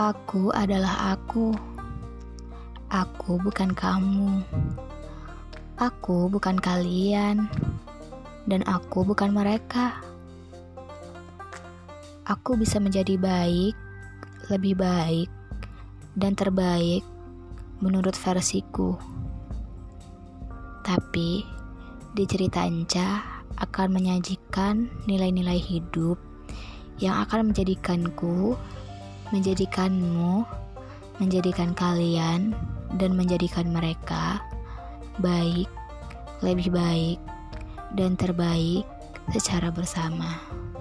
Aku adalah aku. Aku bukan kamu. Aku bukan kalian. Dan aku bukan mereka. Aku bisa menjadi baik, lebih baik, dan terbaik menurut versiku. Tapi di cerita Enca akan menyajikan nilai-nilai hidup yang akan menjadikanku, menjadikanmu, menjadikan kalian, dan menjadikan mereka baik, lebih baik, dan terbaik secara bersama.